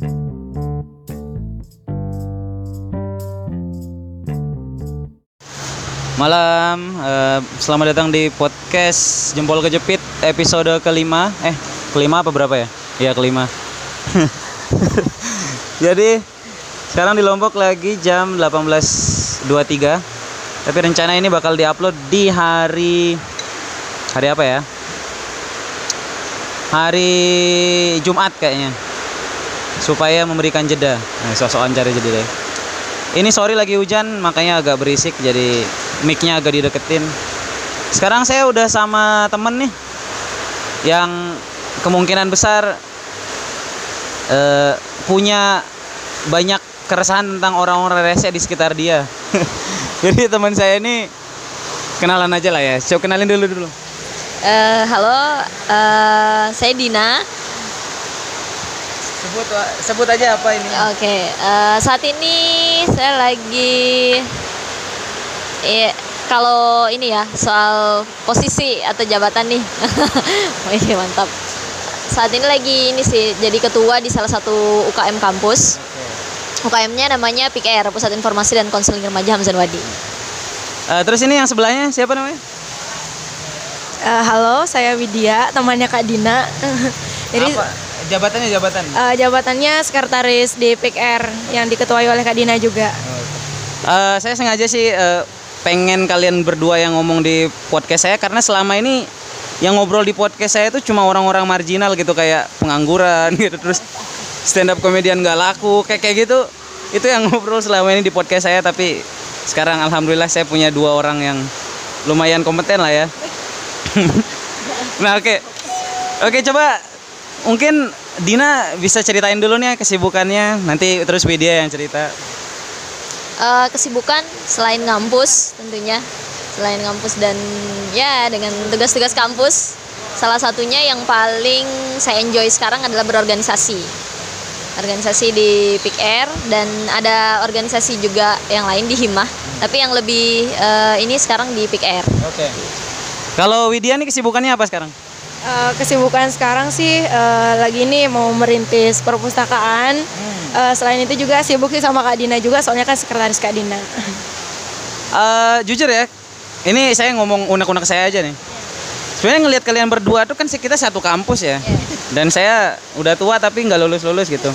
Malam, selamat datang di podcast Jempol Kejepit episode kelima. Kelima apa berapa ya? Iya kelima. Jadi sekarang di Lombok lagi jam 18.23. Tapi rencana ini bakal diupload di hari apa ya? Hari Jumat kayaknya. Supaya memberikan jeda. Nah, sosokan cari jeda deh. Ini sorry lagi hujan makanya agak berisik, jadi mic-nya agak dideketin. Sekarang saya udah sama temen nih yang kemungkinan besar punya banyak keresahan tentang orang-orang rese di sekitar dia. Jadi teman saya ini kenalan aja lah ya. Coba kenalin dulu. Halo, saya Dina. Sebut aja apa ini. Oke, saat ini saya lagi kalau ini ya soal posisi atau jabatan nih. Ini mantap. Saat ini lagi ini sih jadi ketua di salah satu UKM kampus. UKM-nya namanya PIKR, Pusat Informasi dan Konseling Remaja Hamzan Wadi. Terus ini yang sebelahnya siapa namanya? Halo, saya Widya, temannya Kak Dina. Jadi apa? Jabatannya sekretaris di PIKR yang diketuai oleh Kak Dina juga. Saya sengaja sih pengen kalian berdua yang ngomong di podcast saya, karena selama ini yang ngobrol di podcast saya itu cuma orang-orang marginal gitu, kayak pengangguran gitu, terus stand up komedian gak laku kayak gitu. Itu yang ngobrol selama ini di podcast saya. Tapi sekarang alhamdulillah saya punya dua orang yang lumayan kompeten lah ya. Nah oke, coba mungkin Dina bisa ceritain dulu nih kesibukannya, nanti terus Widya yang cerita. Kesibukan selain ngampus tentunya, selain ngampus dan ya dengan tugas-tugas kampus, salah satunya yang paling saya enjoy sekarang adalah berorganisasi di PIKR, dan ada organisasi juga yang lain di Himah, tapi yang lebih ini sekarang di PIKR. Oke. Kalau Widya nih kesibukannya apa sekarang? Kesibukan sekarang sih lagi ini mau merintis perpustakaan. Selain itu juga sibuk sih sama Kak Dina juga, soalnya kan sekretaris Kak Dina. Jujur ya, ini saya ngomong unek-unek saya aja nih. Sebenarnya ngelihat kalian berdua tuh kan kita satu kampus ya. Dan saya udah tua tapi nggak lulus gitu.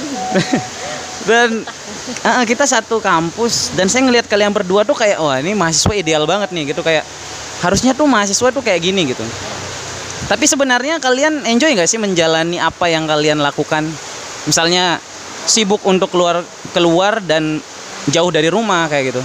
Dan kita satu kampus, dan saya ngelihat kalian berdua tuh kayak wah ini mahasiswa ideal banget nih gitu, kayak harusnya tuh mahasiswa tuh kayak gini gitu. Tapi sebenarnya kalian enjoy nggak sih menjalani apa yang kalian lakukan? Misalnya sibuk untuk keluar dan jauh dari rumah kayak gitu.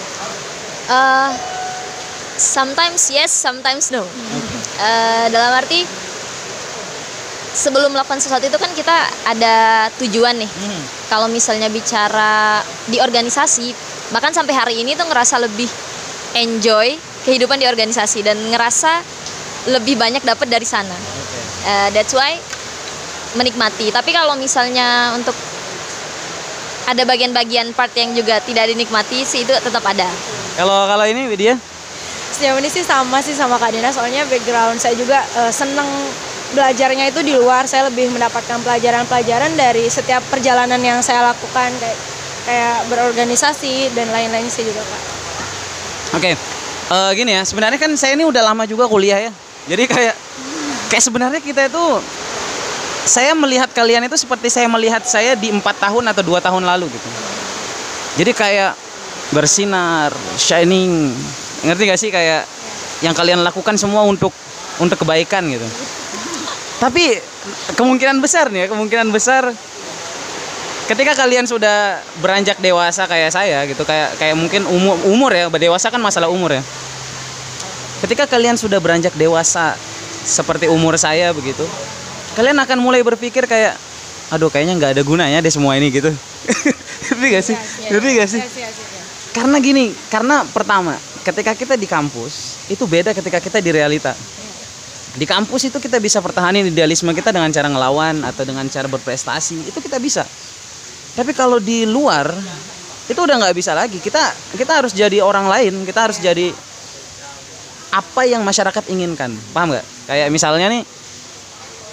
Sometimes yes, sometimes no. Dalam arti sebelum melakukan sesuatu itu kan kita ada tujuan nih. Kalau misalnya bicara di organisasi, bahkan sampai hari ini tuh ngerasa lebih enjoy kehidupan di organisasi dan ngerasa lebih banyak dapat dari sana. That's why menikmati. Tapi kalau misalnya untuk ada bagian-bagian part yang juga tidak dinikmati sih, itu tetap ada. Kalau ini Widya? Sejauh ini sih sama sih sama Kak Dina, soalnya background saya juga seneng belajarnya itu di luar. Saya lebih mendapatkan pelajaran-pelajaran dari setiap perjalanan yang saya lakukan, kayak berorganisasi dan lain-lain sih juga Kak. Oke. Gini ya, sebenarnya kan saya ini udah lama juga kuliah ya. Jadi kayak sebenarnya kita itu, saya melihat kalian itu seperti saya melihat saya di 4 tahun atau 2 tahun lalu gitu. Jadi kayak bersinar, shining. Ngerti gak sih, kayak yang kalian lakukan semua untuk kebaikan gitu. Tapi kemungkinan besar ketika kalian sudah beranjak dewasa kayak saya gitu, kayak mungkin umur ya, dewasa kan masalah umur ya. Ketika kalian sudah beranjak dewasa seperti umur saya begitu, kalian akan mulai berpikir kayak, aduh kayaknya nggak ada gunanya deh semua ini gitu. Ngerti gak sih? Karena pertama, ketika kita di kampus itu beda ketika kita di realita. Di kampus itu kita bisa pertahanin idealisme kita dengan cara ngelawan atau dengan cara berprestasi, itu kita bisa. Tapi kalau di luar itu udah nggak bisa lagi. Kita harus jadi orang lain, kita harus jadi apa yang masyarakat inginkan, paham nggak? Kayak misalnya nih,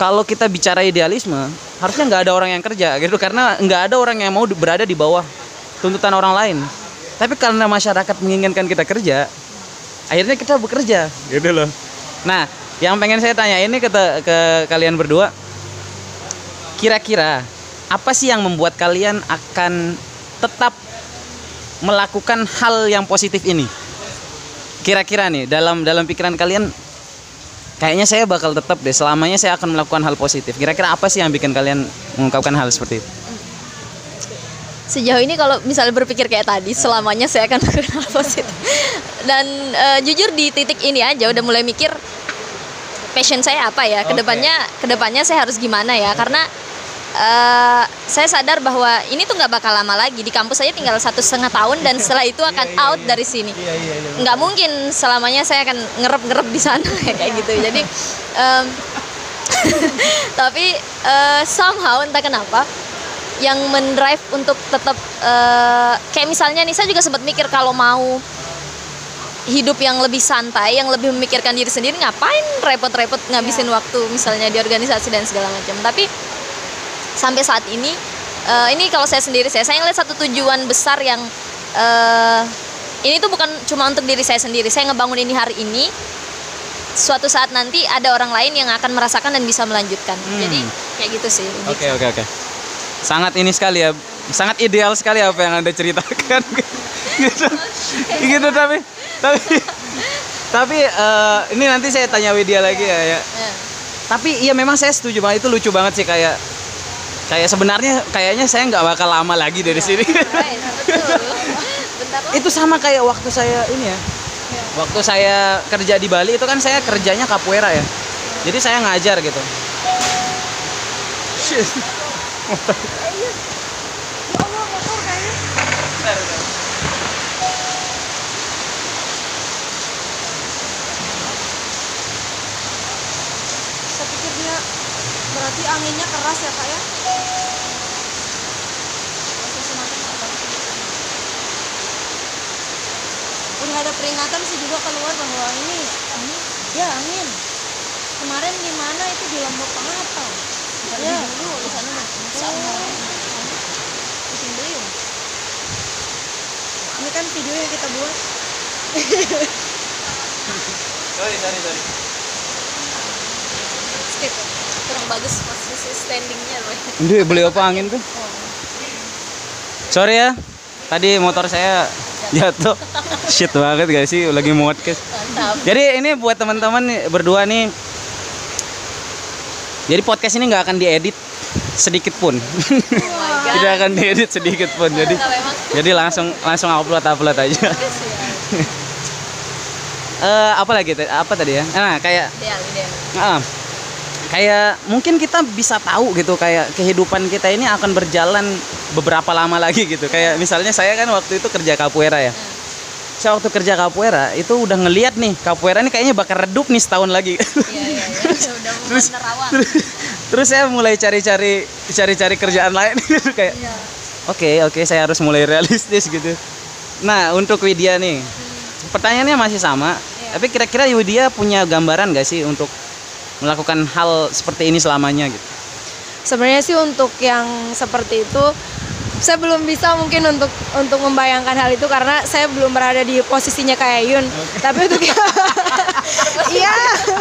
kalau kita bicara idealisme, harusnya nggak ada orang yang kerja gitu, karena nggak ada orang yang mau berada di bawah tuntutan orang lain. Tapi karena masyarakat menginginkan kita kerja, akhirnya kita bekerja gitu loh. Nah, yang pengen saya tanya ini ke kalian berdua, kira-kira apa sih yang membuat kalian akan tetap melakukan hal yang positif ini? Kira-kira nih dalam pikiran kalian, kayaknya saya bakal tetap deh, selamanya saya akan melakukan hal positif. Kira-kira apa sih yang bikin kalian mengungkapkan hal seperti itu? Sejauh ini kalau misalnya berpikir kayak tadi, selamanya saya akan melakukan hal positif. Dan jujur di titik ini aja udah mulai mikir passion saya apa ya, kedepannya saya harus gimana ya, karena saya sadar bahwa ini tuh nggak bakal lama lagi di kampus. Saya tinggal 1,5 tahun dan setelah itu akan out dari sini. Nggak mungkin selamanya saya akan ngerep di sana kayak gitu. Jadi tapi somehow entah kenapa yang mendrive untuk tetap kayak misalnya nih, saya juga sempat mikir kalau mau hidup yang lebih santai, yang lebih memikirkan diri sendiri, ngapain repot-repot ngabisin waktu misalnya di organisasi dan segala macam. Tapi sampai saat ini kalau saya sendiri, saya ngeliat satu tujuan besar yang ini tuh bukan cuma untuk diri saya sendiri. Saya ngebangun ini hari ini, suatu saat nanti ada orang lain yang akan merasakan dan bisa melanjutkan. Jadi kayak gitu sih. Oke. Sangat ini sekali ya, sangat ideal sekali apa yang Anda ceritakan. gitu tapi ini nanti saya tanya Widya lagi ya. Tapi iya memang saya setuju banget, itu lucu banget sih, kayak sebenarnya kayaknya saya nggak bakal lama lagi dari sini. Itu sama kayak waktu saya ini ya. Waktu saya kerja di Bali itu kan saya kerjanya capoeira ya. Jadi saya ngajar gitu. Saya pikir dia berarti anginnya keras ya Kak ya. Udah ada peringatan sih juga keluar bahwa ini angin. Kemarin di mana itu di Lombok Pangatau. Ya dulu di sana sama. Pusing dulu. Ini kan video yang kita buat. Sorry. Skip. Kurang bagus posisi standingnya loh. Ini beli apa angin tuh? Sorry ya, tadi motor saya jatuh. Shit banget guys sih, lagi podcast. Mantap. Jadi ini buat teman-teman berdua nih. Jadi podcast ini nggak akan diedit sedikit pun. Tidak akan diedit sedikit pun. Jadi langsung upload aja. Apa lagi? Apa tadi ya? Nah, kayak Ideal. Kayak mungkin kita bisa tahu gitu, kayak kehidupan kita ini akan berjalan beberapa lama lagi gitu. Kayak misalnya saya kan waktu itu kerja capoeira ya. Saya waktu kerja capoeira itu udah ngeliat nih, capoeira ini kayaknya bakal redup nih setahun lagi. Iya. Udah mulai nerawang. Terus saya mulai cari kerjaan lain gitu kayak. Oke, saya harus mulai realistis gitu. Nah, untuk Widya nih. Pertanyaannya masih sama, tapi kira-kira Widya punya gambaran gak sih untuk melakukan hal seperti ini selamanya gitu? Sebenarnya sih untuk yang seperti itu saya belum bisa mungkin untuk membayangkan hal itu karena saya belum berada di posisinya kayak Yun. Tapi untuk iya,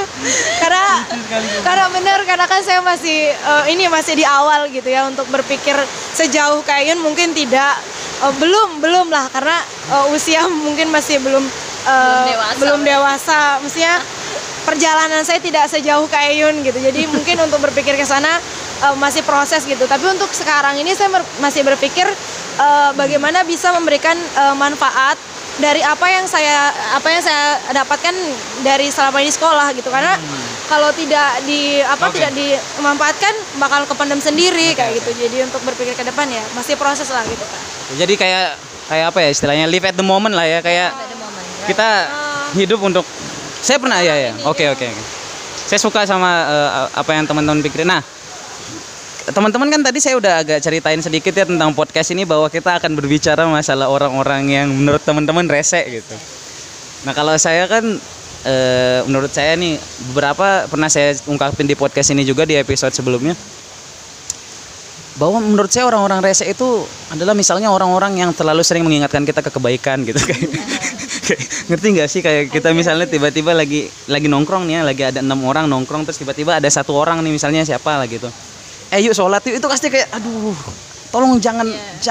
karena benar, karena kan saya masih masih di awal gitu ya, untuk berpikir sejauh kayak Yun mungkin tidak, belum lah, karena usia mungkin masih belum dewasa. Maksudnya perjalanan saya tidak sejauh kayak Yun gitu. Jadi mungkin untuk berpikir ke sana masih proses gitu. Tapi untuk sekarang ini saya masih berpikir bagaimana bisa memberikan manfaat dari apa yang saya dapatkan dari selama ini sekolah gitu. Karena kalau tidak dimanfaatkan bakal kependam sendiri kayak gitu. Jadi untuk berpikir ke depan ya masih proses lah gitu kan. Jadi kayak apa ya istilahnya, live at the moment lah ya, kayak kita hidup untuk. Saya pernah ya. Oke. Saya suka sama apa yang teman-teman pikirin. Nah, teman-teman kan tadi saya udah agak ceritain sedikit ya tentang podcast ini, bahwa kita akan berbicara masalah orang-orang yang menurut teman-teman rese gitu. Nah, kalau saya kan menurut saya nih beberapa pernah saya ungkapin di podcast ini juga di episode sebelumnya, bahwa menurut saya orang-orang rese itu adalah misalnya orang-orang yang terlalu sering mengingatkan kita ke kebaikan gitu kayak ngerti nggak sih, kayak kita misalnya tiba-tiba lagi nongkrong nih ya, lagi ada 6 orang nongkrong, terus tiba-tiba ada 1 orang nih misalnya siapa lah gitu, yuk sholat yuk, itu pasti kayak aduh tolong jangan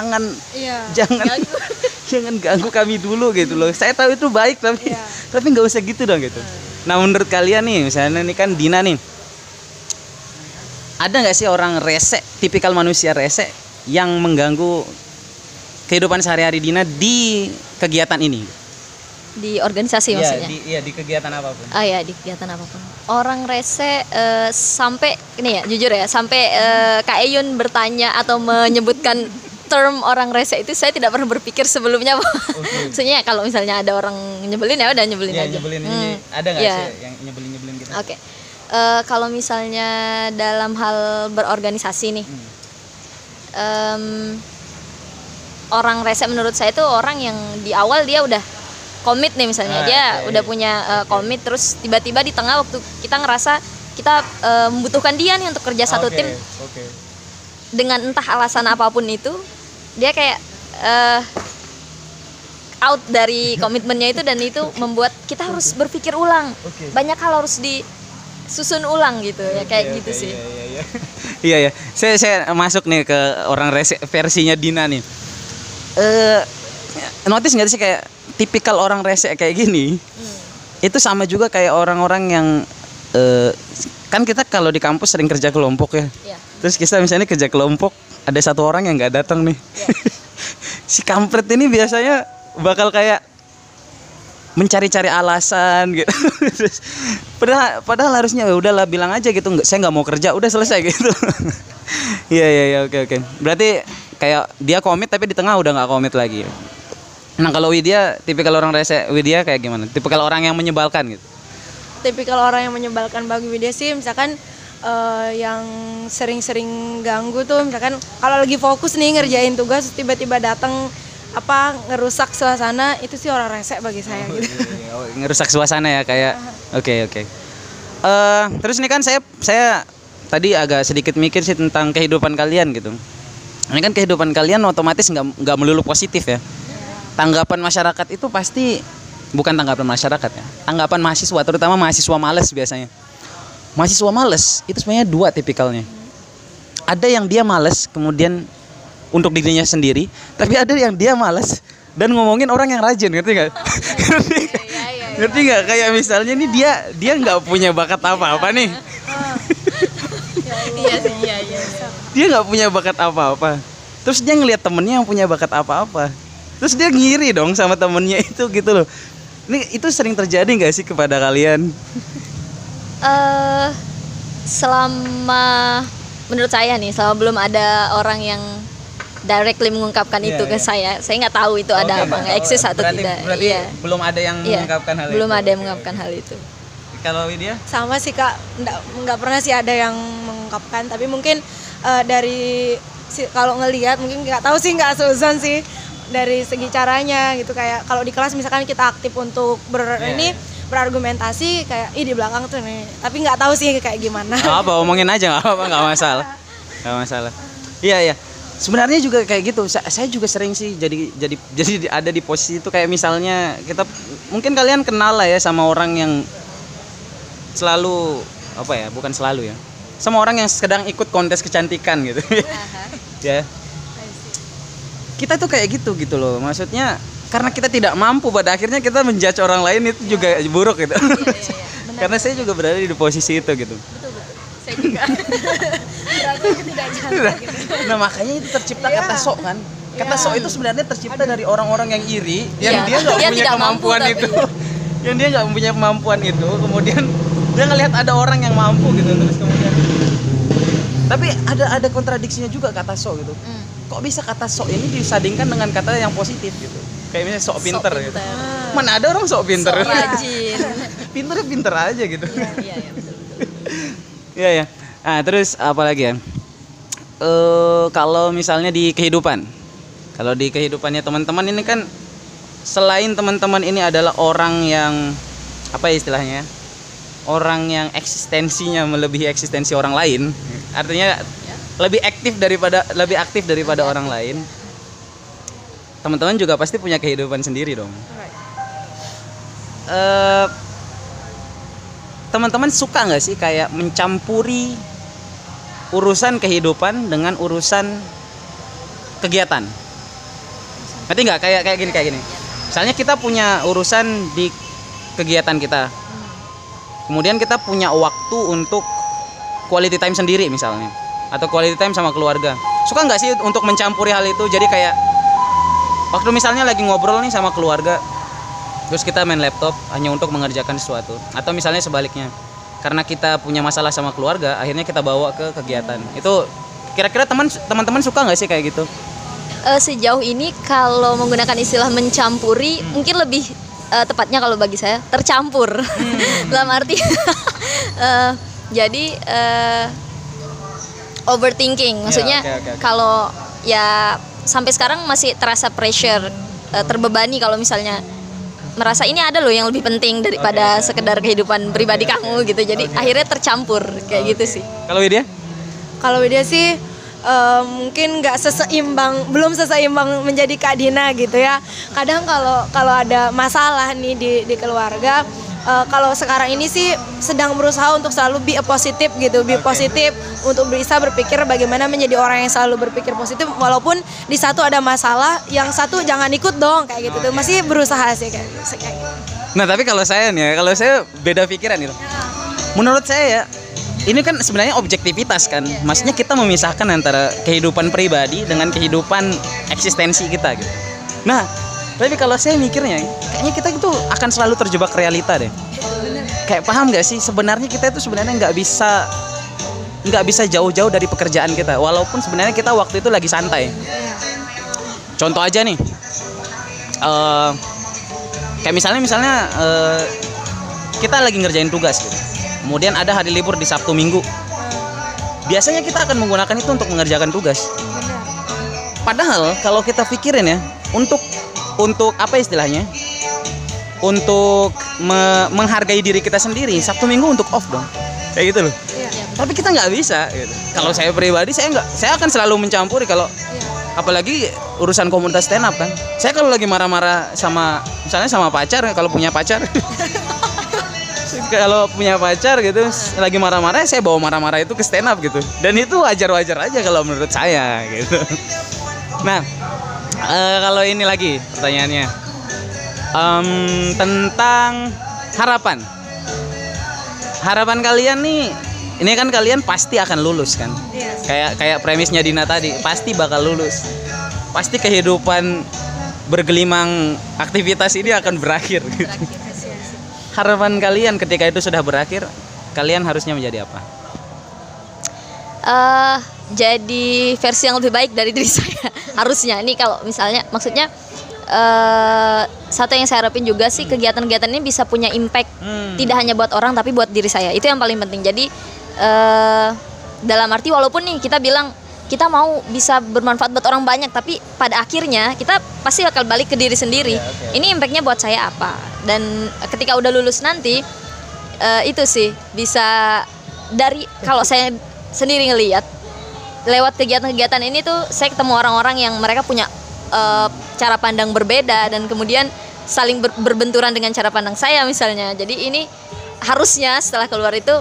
jangan ganggu kami dulu gitu loh, saya tahu itu baik tapi nggak usah gitu dong gitu. Nah menurut kalian nih misalnya nih kan Dina nih, ada nggak sih orang rese, tipikal manusia rese yang mengganggu kehidupan sehari-hari Dina di kegiatan ini? Di organisasi maksudnya? Di kegiatan apapun. Oh ya, di kegiatan apapun. Orang rese sampai ini ya, jujur ya, sampai Kak Eyun bertanya atau menyebutkan term orang rese itu saya tidak pernah berpikir sebelumnya. Okay. Maksudnya kalau misalnya ada orang nyebelin ya udah nyebelin aja. Nyebelin ini ada nggak sih yang nyebelin gitu? Oke. Kalau misalnya dalam hal berorganisasi nih, orang rese menurut saya itu orang yang di awal dia udah komit nih misalnya, dia udah punya komit, terus tiba-tiba di tengah waktu kita ngerasa kita membutuhkan dia nih untuk kerja satu tim, dengan entah alasan apapun itu, dia kayak out dari komitmennya itu, dan itu membuat kita harus berpikir ulang, banyak hal harus disusun ulang gitu ya, kayak gitu sih. Iya. Saya masuk nih ke orang rese versinya Dina nih. Notice nggak sih kayak tipikal orang rese kayak gini, itu sama juga kayak orang-orang yang kan kita kalau di kampus sering kerja kelompok ya. Terus kita misalnya kerja kelompok ada 1 orang yang nggak datang nih. Si kampret ini biasanya bakal kayak mencari-cari alasan gitu. padahal harusnya ya udahlah bilang aja gitu, saya nggak mau kerja, udah selesai gitu. Iya, oke. Berarti kayak dia komit tapi di tengah udah nggak komit lagi. Nah kalau Widya, tipikal orang rese Widya kayak gimana? Tipikal orang yang menyebalkan gitu? Tipikal orang yang menyebalkan bagi Widya sih misalkan yang sering-sering ganggu tuh, misalkan kalau lagi fokus nih ngerjain tugas tiba-tiba datang ngerusak suasana, itu sih orang rese bagi saya gitu. Iya. Ngerusak suasana ya kayak oke. Terus ini kan saya tadi agak sedikit mikir sih tentang kehidupan kalian gitu. Ini kan kehidupan kalian otomatis nggak melulu positif ya. Tanggapan masyarakat itu pasti bukan tanggapan masyarakat ya. Tanggapan mahasiswa, terutama mahasiswa males biasanya. Mahasiswa males itu sebenarnya 2 tipikalnya. Ada yang dia males kemudian untuk dirinya sendiri, tapi ada yang dia males dan ngomongin orang yang rajin, ngerti nggak? Ngerti nggak? Kayak misalnya nih dia nggak punya bakat apa-apa nih. Iya. Dia nggak punya bakat apa-apa. Terus dia ngelihat temennya yang punya bakat apa-apa. Terus dia ngiri dong sama temennya itu gitu loh. Itu sering terjadi nggak sih kepada kalian? Selama menurut saya nih, selama belum ada orang yang directly mengungkapkan itu ke saya nggak tahu itu ada apa, nggak eksis atau tidak. Berarti belum ada yang mengungkapkan hal itu. Belum ada yang mengungkapkan hal itu. Kalau Widya? Sama sih Kak, nggak pernah sih ada yang mengungkapkan, tapi mungkin dari kalau ngelihat mungkin nggak tahu sih, nggak seuzon sih dari segi caranya gitu, kayak kalau di kelas misalkan kita aktif untuk berargumentasi kayak di belakang tuh nih, tapi nggak tahu sih kayak gimana. Omongin aja nggak masalah. Iya. Sebenarnya juga kayak gitu. Saya juga sering sih jadi ada di posisi itu, kayak misalnya kita mungkin kalian kenal lah ya sama orang yang selalu bukan selalu ya, sama orang yang sedang ikut kontes kecantikan gitu. Ya. Kita tuh kayak gitu loh. Maksudnya karena kita tidak mampu, pada akhirnya kita menjudge orang lain itu juga buruk gitu. Iya. Karena saya juga berada di posisi itu gitu. Betul. Saya juga. Nah makanya itu tercipta kata sok kan. Kata sok itu sebenarnya tercipta dari orang-orang yang iri, yang dia nggak punya kemampuan itu. Yang dia nggak punya kemampuan itu, kemudian dia ngelihat ada orang yang mampu gitu, terus kemudian. Tapi ada kontradiksinya juga kata sok gitu. Kok bisa kata sok ini disandingkan dengan kata yang positif gitu? Kayak misalnya sok pinter gitu. Mana ada orang sok pinter? Sok rajin. Pinter aja gitu. Iya, betul. Iya. Nah, terus apa lagi ya? Kalau misalnya di kehidupan. Kalau di kehidupannya teman-teman ini kan, selain teman-teman ini adalah orang yang apa istilahnya, orang yang eksistensinya melebihi eksistensi orang lain, artinya lebih aktif daripada orang lain. Teman-teman juga pasti punya kehidupan sendiri dong. Teman-teman suka nggak sih kayak mencampuri urusan kehidupan dengan urusan kegiatan? Ngerti nggak? Kayak gini. Misalnya kita punya urusan di kegiatan kita, kemudian kita punya waktu untuk quality time sendiri misalnya, atau quality time sama keluarga. Suka nggak sih untuk mencampuri hal itu? Jadi kayak waktu misalnya lagi ngobrol nih sama keluarga, terus kita main laptop hanya untuk mengerjakan sesuatu. Atau misalnya sebaliknya, karena kita punya masalah sama keluarga, akhirnya kita bawa ke kegiatan. Itu kira-kira teman-teman suka nggak sih kayak gitu? Sejauh ini kalau menggunakan istilah mencampuri, mungkin lebih tepatnya kalau bagi saya tercampur. Dalam arti jadi overthinking. Maksudnya okay. kalau ya sampai sekarang masih terasa pressure, terbebani kalau misalnya merasa ini ada loh yang lebih penting daripada sekedar kehidupan pribadi kamu gitu. Jadi akhirnya tercampur kayak gitu sih. Kalau Widya? Kalau Widya sih mungkin nggak belum seseimbang menjadi Kak Dina gitu ya. Kadang kalau ada masalah nih di keluarga, kalau sekarang ini sih sedang berusaha untuk selalu be positif gitu, positif untuk bisa berpikir bagaimana menjadi orang yang selalu berpikir positif walaupun di satu ada masalah, yang satu jangan ikut dong kayak gitu tuh. Masih berusaha sih kayak gitu. Nah tapi kalau saya beda pikiran gitu. Menurut saya ya, ini kan sebenarnya objektivitas kan. Maksudnya kita memisahkan antara kehidupan pribadi dengan kehidupan eksistensi kita gitu. Nah, tapi kalau saya mikirnya, kayaknya kita itu akan selalu terjebak realita deh. Kayak paham nggak sih? Sebenarnya kita itu sebenarnya nggak bisa jauh-jauh dari pekerjaan kita. Walaupun sebenarnya kita waktu itu lagi santai. Contoh aja nih, kayak misalnya kita lagi ngerjain tugas gitu. Kemudian ada hari libur di Sabtu Minggu. Biasanya kita akan menggunakan itu untuk mengerjakan tugas. Padahal kalau kita pikirin ya, untuk apa istilahnya? Untuk menghargai diri kita sendiri, Sabtu Minggu untuk off dong. Kayak gitu loh. Tapi kita nggak bisa gitu. Kalau saya pribadi saya akan selalu mencampuri kalau apalagi urusan komunitas stand up kan. Saya kalau lagi marah-marah misalnya sama pacar, kalau punya pacar gitu, lagi marah-marah, saya bawa marah-marah itu ke stand up gitu. Dan itu wajar-wajar aja kalau menurut saya gitu. Nah, kalau ini lagi pertanyaannya tentang harapan kalian nih. Ini kan kalian pasti akan lulus kan? Kayak premisnya Dina tadi, pasti bakal lulus. Pasti kehidupan bergelimang aktivitas ini akan berakhir. Harapan kalian ketika itu sudah berakhir, kalian harusnya menjadi apa? Jadi versi yang lebih baik dari diri saya harusnya. Ini kalau misalnya maksudnya satu yang saya harapin juga sih, kegiatan-kegiatan ini bisa punya impact tidak hanya buat orang tapi buat diri saya. Itu yang paling penting. Jadi dalam arti walaupun nih kita bilang kita mau bisa bermanfaat buat orang banyak, tapi pada akhirnya kita pasti bakal balik ke diri sendiri. Ini impactnya buat saya apa? Dan ketika udah lulus nanti itu sih bisa dari kalau saya sendiri ngelihat lewat kegiatan-kegiatan ini tuh saya ketemu orang-orang yang mereka punya cara pandang berbeda dan kemudian saling berbenturan dengan cara pandang saya misalnya. Jadi ini harusnya setelah keluar itu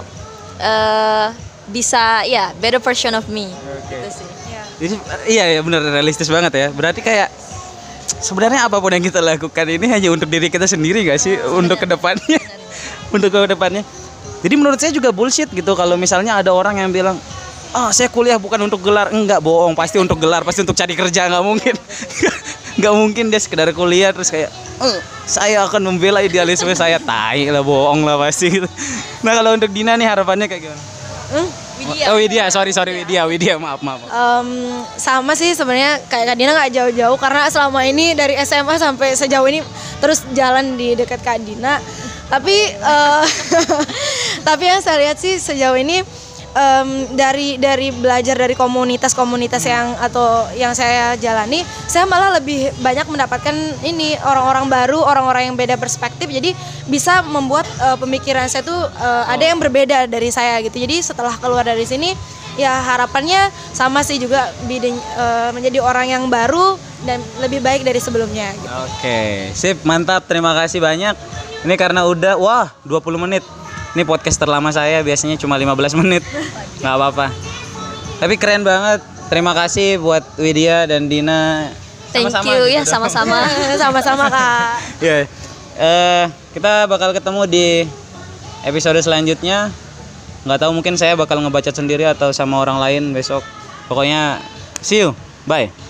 bisa better version of me. Gitu sih. Iya benar, realistis banget ya. Berarti kayak sebenarnya apapun yang kita lakukan ini hanya untuk diri kita sendiri gak sih? Untuk kedepannya. Untuk kedepannya. Jadi menurut saya juga bullshit gitu kalau misalnya ada orang yang bilang, saya kuliah bukan untuk gelar. Enggak, bohong, pasti untuk gelar, pasti untuk cari kerja. Nggak mungkin. Nggak mungkin dia sekedar kuliah terus kayak saya akan membela idealisme saya. Tai lah, bohong lah pasti gitu. Nah kalau untuk Dina nih harapannya kayak gimana? Widya, sorry Widya, maaf. Sama sih sebenarnya kayak Kak Dina, nggak jauh-jauh karena selama ini dari SMA sampai sejauh ini terus jalan di dekat Kak Dina. Tapi yang saya lihat sih sejauh ini dari belajar dari komunitas-komunitas yang saya jalani, saya malah lebih banyak mendapatkan ini orang-orang baru, orang-orang yang beda perspektif. Jadi bisa membuat pemikiran saya tuh ada yang berbeda dari saya gitu. Jadi setelah keluar dari sini, ya harapannya sama sih juga menjadi orang yang baru dan lebih baik dari sebelumnya gitu. Oke, sip, mantap. Terima kasih banyak. Ini karena udah 20 menit. Ini podcast terlama saya, biasanya cuma 15 menit. Nggak apa-apa. Tapi keren banget. Terima kasih buat Widya dan Dina. Thank you ya, sama-sama. Sama-sama Kak. Ya. Kita bakal ketemu di episode selanjutnya. Nggak tahu, mungkin saya bakal ngebaca sendiri atau sama orang lain besok. Pokoknya see you. Bye.